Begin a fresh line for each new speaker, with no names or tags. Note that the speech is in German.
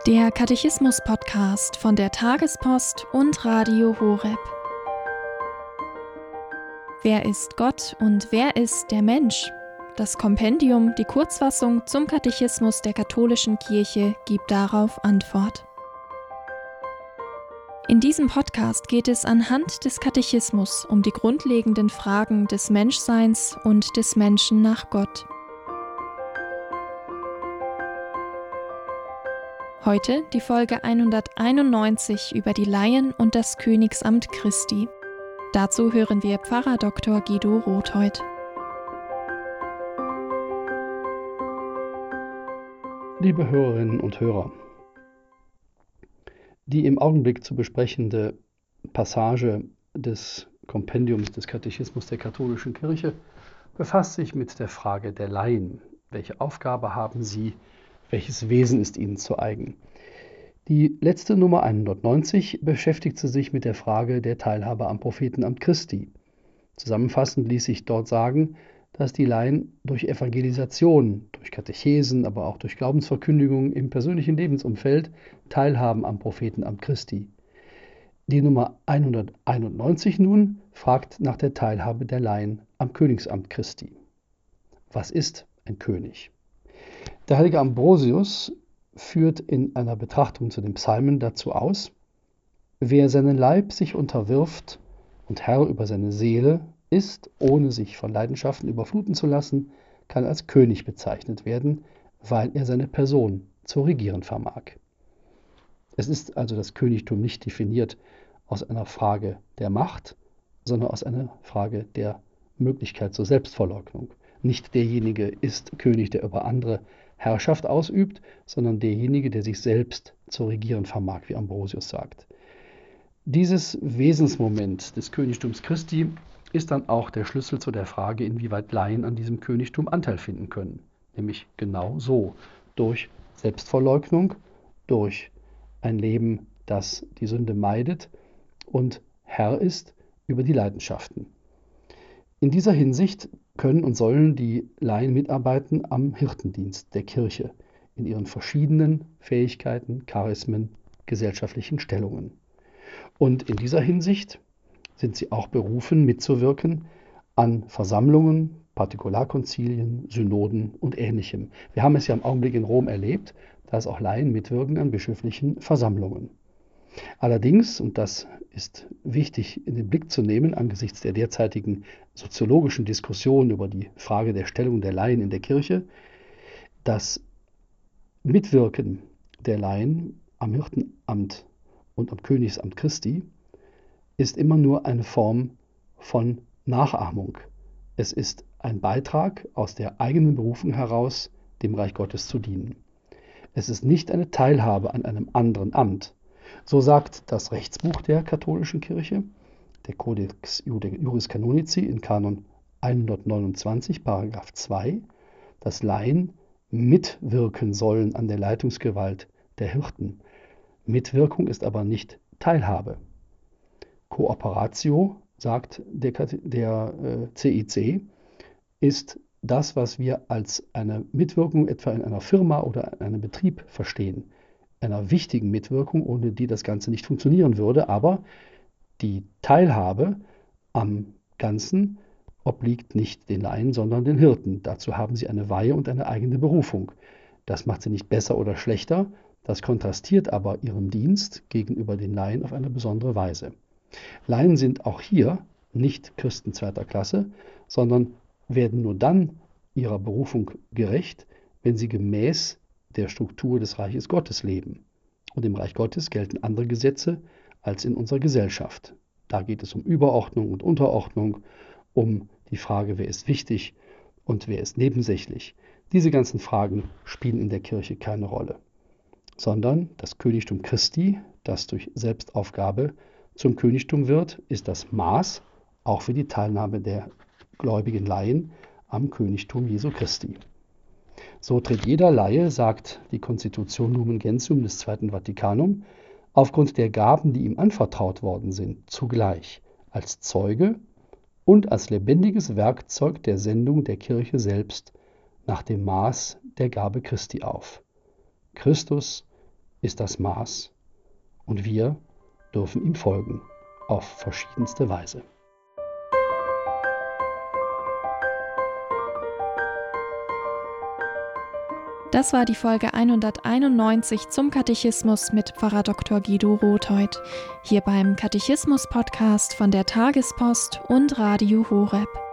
Der Katechismus-Podcast von der Tagespost und Radio Horeb. Wer ist Gott und wer ist der Mensch? Das Kompendium, die Kurzfassung zum Katechismus der katholischen Kirche, gibt darauf Antwort. In diesem Podcast geht es anhand des Katechismus um die grundlegenden Fragen des Menschseins und des Menschen nach Gott. Heute die Folge 191 über die Laien und das Königsamt Christi. Dazu hören wir Pfarrer Dr. Guido Rotheuth.
Liebe Hörerinnen und Hörer, die im Augenblick zu besprechende Passage des Kompendiums des Katechismus der katholischen Kirche befasst sich mit der Frage der Laien. Welche Aufgabe haben sie? Welches Wesen ist ihnen zu eigen? Die letzte Nummer 190 beschäftigte sich mit der Frage der Teilhabe am Prophetenamt Christi. Zusammenfassend ließ sich dort sagen, dass die Laien durch Evangelisation, durch Katechesen, aber auch durch Glaubensverkündigung im persönlichen Lebensumfeld teilhaben am Prophetenamt Christi. Die Nummer 191 nun fragt nach der Teilhabe der Laien am Königsamt Christi. Was ist ein König? Der heilige Ambrosius führt in einer Betrachtung zu den Psalmen dazu aus: Wer seinen Leib sich unterwirft und Herr über seine Seele ist, ohne sich von Leidenschaften überfluten zu lassen, kann als König bezeichnet werden, weil er seine Person zu regieren vermag. Es ist also das Königtum nicht definiert aus einer Frage der Macht, sondern aus einer Frage der Möglichkeit zur Selbstverleugnung. Nicht derjenige ist König, der über andere Herrschaft ausübt, sondern derjenige, der sich selbst zu regieren vermag, wie Ambrosius sagt. Dieses Wesensmoment des Königtums Christi ist dann auch der Schlüssel zu der Frage, inwieweit Laien an diesem Königtum Anteil finden können. Nämlich genau so, durch Selbstverleugnung, durch ein Leben, das die Sünde meidet und Herr ist über die Leidenschaften. In dieser Hinsicht können und sollen die Laien mitarbeiten am Hirtendienst der Kirche in ihren verschiedenen Fähigkeiten, Charismen, gesellschaftlichen Stellungen. Und in dieser Hinsicht sind sie auch berufen, mitzuwirken an Versammlungen, Partikularkonzilien, Synoden und Ähnlichem. Wir haben es ja im Augenblick in Rom erlebt, dass auch Laien mitwirken an bischöflichen Versammlungen. Allerdings, und das ist wichtig in den Blick zu nehmen angesichts der derzeitigen soziologischen Diskussion über die Frage der Stellung der Laien in der Kirche, das Mitwirken der Laien am Hirtenamt und am Königsamt Christi ist immer nur eine Form von Nachahmung. Es ist ein Beitrag aus der eigenen Berufung heraus, dem Reich Gottes zu dienen. Es ist nicht eine Teilhabe an einem anderen Amt. So sagt das Rechtsbuch der katholischen Kirche, der Codex Juris Canonici in Kanon 129, Paragraph 2, dass Laien mitwirken sollen an der Leitungsgewalt der Hirten. Mitwirkung ist aber nicht Teilhabe. Cooperatio, sagt der CIC, ist das, was wir als eine Mitwirkung etwa in einer Firma oder in einem Betrieb verstehen. Einer wichtigen Mitwirkung, ohne die das Ganze nicht funktionieren würde, aber die Teilhabe am Ganzen obliegt nicht den Laien, sondern den Hirten. Dazu haben sie eine Weihe und eine eigene Berufung. Das macht sie nicht besser oder schlechter, das kontrastiert aber ihren Dienst gegenüber den Laien auf eine besondere Weise. Laien sind auch hier nicht Christen zweiter Klasse, sondern werden nur dann ihrer Berufung gerecht, wenn sie gemäß der Struktur des Reiches Gottes leben. Und im Reich Gottes gelten andere Gesetze als in unserer Gesellschaft. Da geht es um Überordnung und Unterordnung, um die Frage, wer ist wichtig und wer ist nebensächlich. Diese ganzen Fragen spielen in der Kirche keine Rolle, sondern das Königtum Christi, das durch Selbstaufgabe zum Königtum wird, ist das Maß auch für die Teilnahme der gläubigen Laien am Königtum Jesu Christi. So tritt jeder Laie, sagt die Constitution Lumen Gentium des Zweiten Vatikanum, aufgrund der Gaben, die ihm anvertraut worden sind, zugleich als Zeuge und als lebendiges Werkzeug der Sendung der Kirche selbst nach dem Maß der Gabe Christi auf. Christus ist das Maß und wir dürfen ihm folgen, auf verschiedenste Weise.
Das war die Folge 191 zum Katechismus mit Pfarrer Dr. Guido Rotheuth, hier beim Katechismus-Podcast von der Tagespost und Radio Horeb.